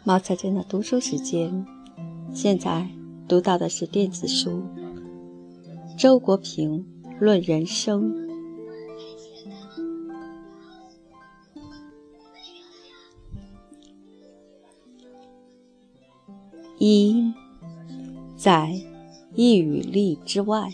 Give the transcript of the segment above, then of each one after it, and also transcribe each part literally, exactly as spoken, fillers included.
毛才真的读书时间，现在读到的是电子书周国平论人生。一，在义与利之外。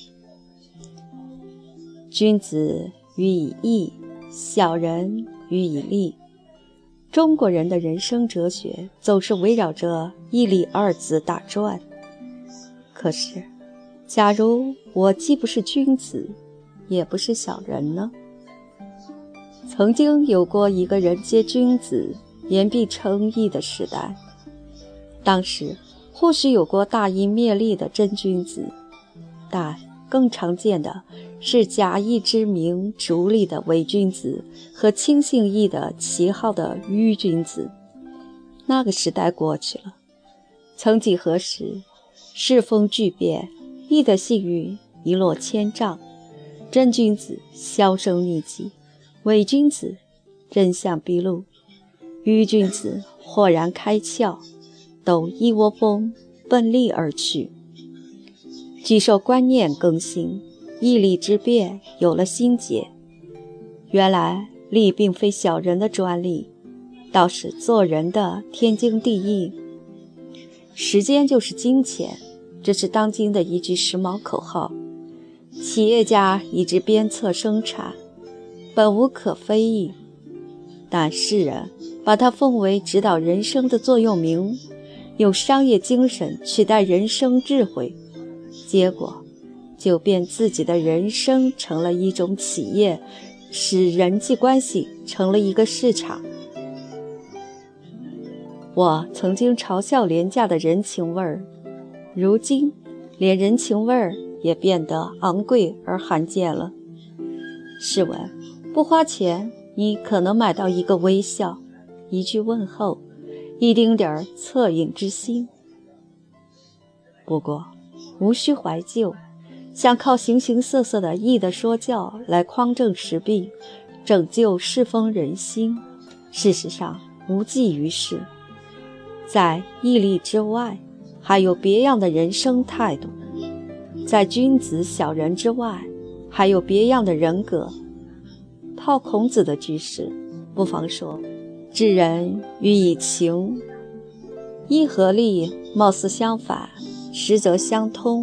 君子喻以义，小人喻以利。中国人的人生哲学总是围绕着义利二字打转。可是，假如我既不是君子，也不是小人呢？曾经有过一个人皆君子，言必称义的时代，当时或许有过大义灭利的真君子，但更常见的是假义之名逐利的伪君子和轻信义的旗号的愚君子。那个时代过去了，曾几何时，世风巨变，义的信誉一落千丈，真君子销声匿迹，伪君子真相毕露，愚君子豁然开窍，都一窝蜂奔利而去。据受观念更新，义利之变有了心结。原来利并非小人的专利，倒是做人的天经地义。时间就是金钱，这是当今的一句时髦口号。企业家一直鞭策生产，本无可非议，但世人把它奉为指导人生的座右铭，用商业精神取代人生智慧，结果就变自己的人生成了一种企业，使人际关系成了一个市场。我曾经嘲笑廉价的人情味儿，如今连人情味儿也变得昂贵而罕见了。试问，不花钱，你可能买到一个微笑，一句问候，一丁点儿恻隐之心。不过无需怀旧，想靠形形色色的义的说教来匡正时弊，拯救世风人心，事实上无济于事。在义利之外，还有别样的人生态度；在君子小人之外，还有别样的人格。套孔子的句式，不妨说：治人欲以情。义和利貌似相反，实则相通。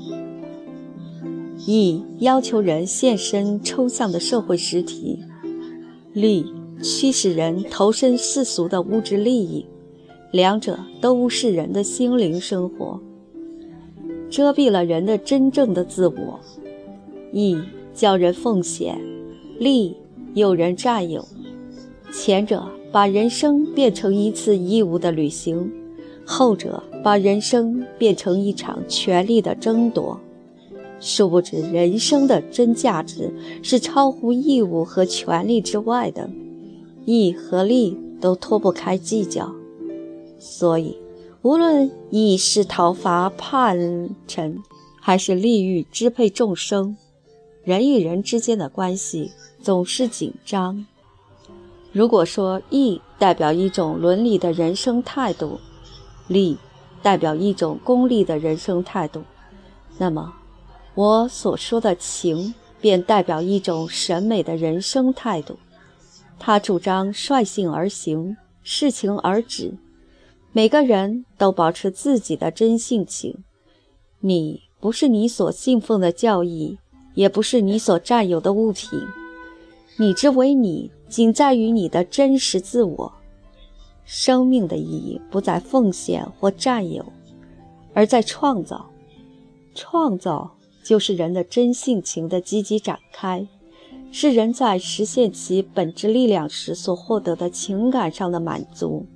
义要求人献身抽象的社会实体，利驱使人投身世俗的物质利益，两者都无视人的心灵生活，遮蔽了人的真正的自我。义叫人奉献，利诱人占有。前者把人生变成一次义务的旅行，后者把人生变成一场权力的争夺。殊不知人生的真价值是超乎义务和权力之外的，义和利都脱不开计较。所以无论义是讨伐叛臣，还是利欲支配众生，人与人之间的关系总是紧张。如果说义代表一种伦理的人生态度，利代表一种功利的人生态度，那么我所说的情便代表一种审美的人生态度。他主张率性而行，视情而止，每个人都保持自己的真性情。你不是你所信奉的教义，也不是你所占有的物品，你之为你，仅在于你的真实自我。生命的意义不在奉献或占有，而在创造。创造就是人的真性情的积极展开，是人在实现其本质力量时所获得的情感上的满足。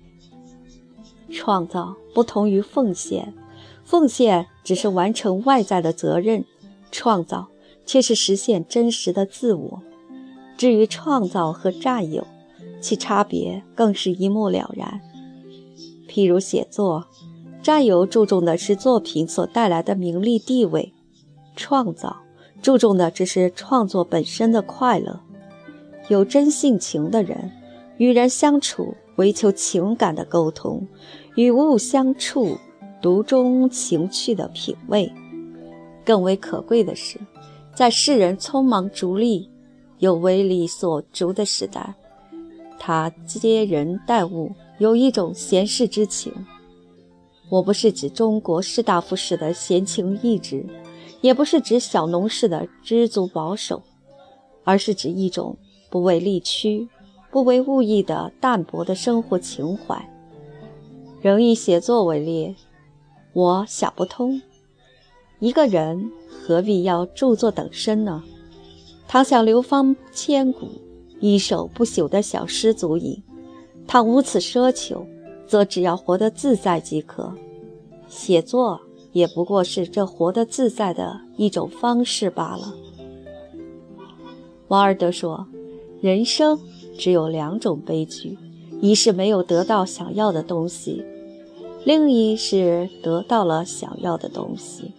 创造不同于奉献，奉献只是完成外在的责任，创造却是实现真实的自我。至于创造和占有，其差别更是一目了然。譬如写作，占有注重的是作品所带来的名利地位，创造注重的只是创作本身的快乐。有真性情的人， 与人相处唯求情感的沟通，与物相处独钟情趣的品味。更为可贵的是，在世人匆忙逐利又唯利所逐的时代，他接人待物有一种闲适之情。我不是指中国士大夫式的闲情逸致，也不是指小农式的知足保守，而是指一种不为利趋、不为物役的淡泊的生活情怀。仍以写作为例，我想不通，一个人何必要著作等身呢？倘想流芳千古，一首不朽的小诗足矣。倘无此奢求，则只要活得自在即可。写作也不过是这活得自在的一种方式罢了。王尔德说，人生只有两种悲剧，一是没有得到想要的东西，另一是得到了想要的东西。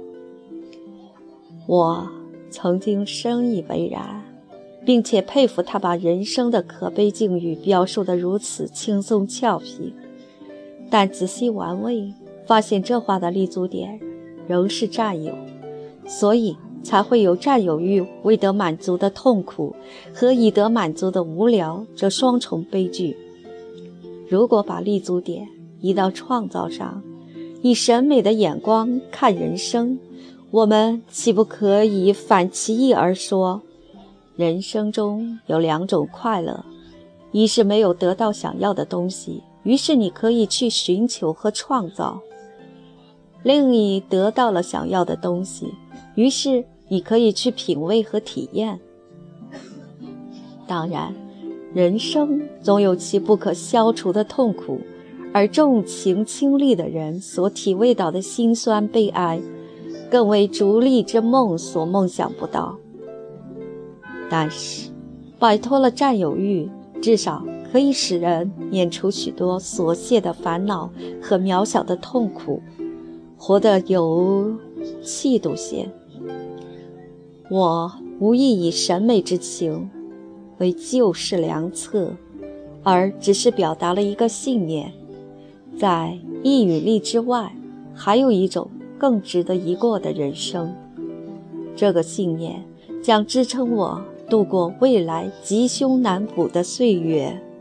我曾经深以为然，并且佩服他把人生的可悲境遇表述得如此轻松俏皮，但仔细玩味，发现这话的立足点仍是占有，所以才会有占有欲未得满足的痛苦和已得满足的无聊这双重悲剧。如果把立足点移到创造上，以审美的眼光看人生，我们岂不可以反其意而说，人生中有两种快乐，一是没有得到想要的东西，于是你可以去寻求和创造；另一得到了想要的东西，于是你可以去品味和体验。当然，人生总有其不可消除的痛苦，而重情轻利的人所体味到的辛酸悲哀，更为逐利之梦所梦想不到。但是摆脱了占有欲，至少可以使人免除许多琐屑的烦恼和渺小的痛苦，活得有气度些。我无意以审美之情为救世良策，而只是表达了一个信念，在义与利之外，还有一种更值得一过的人生。这个信念将支撑我度过未来吉凶难卜的岁月。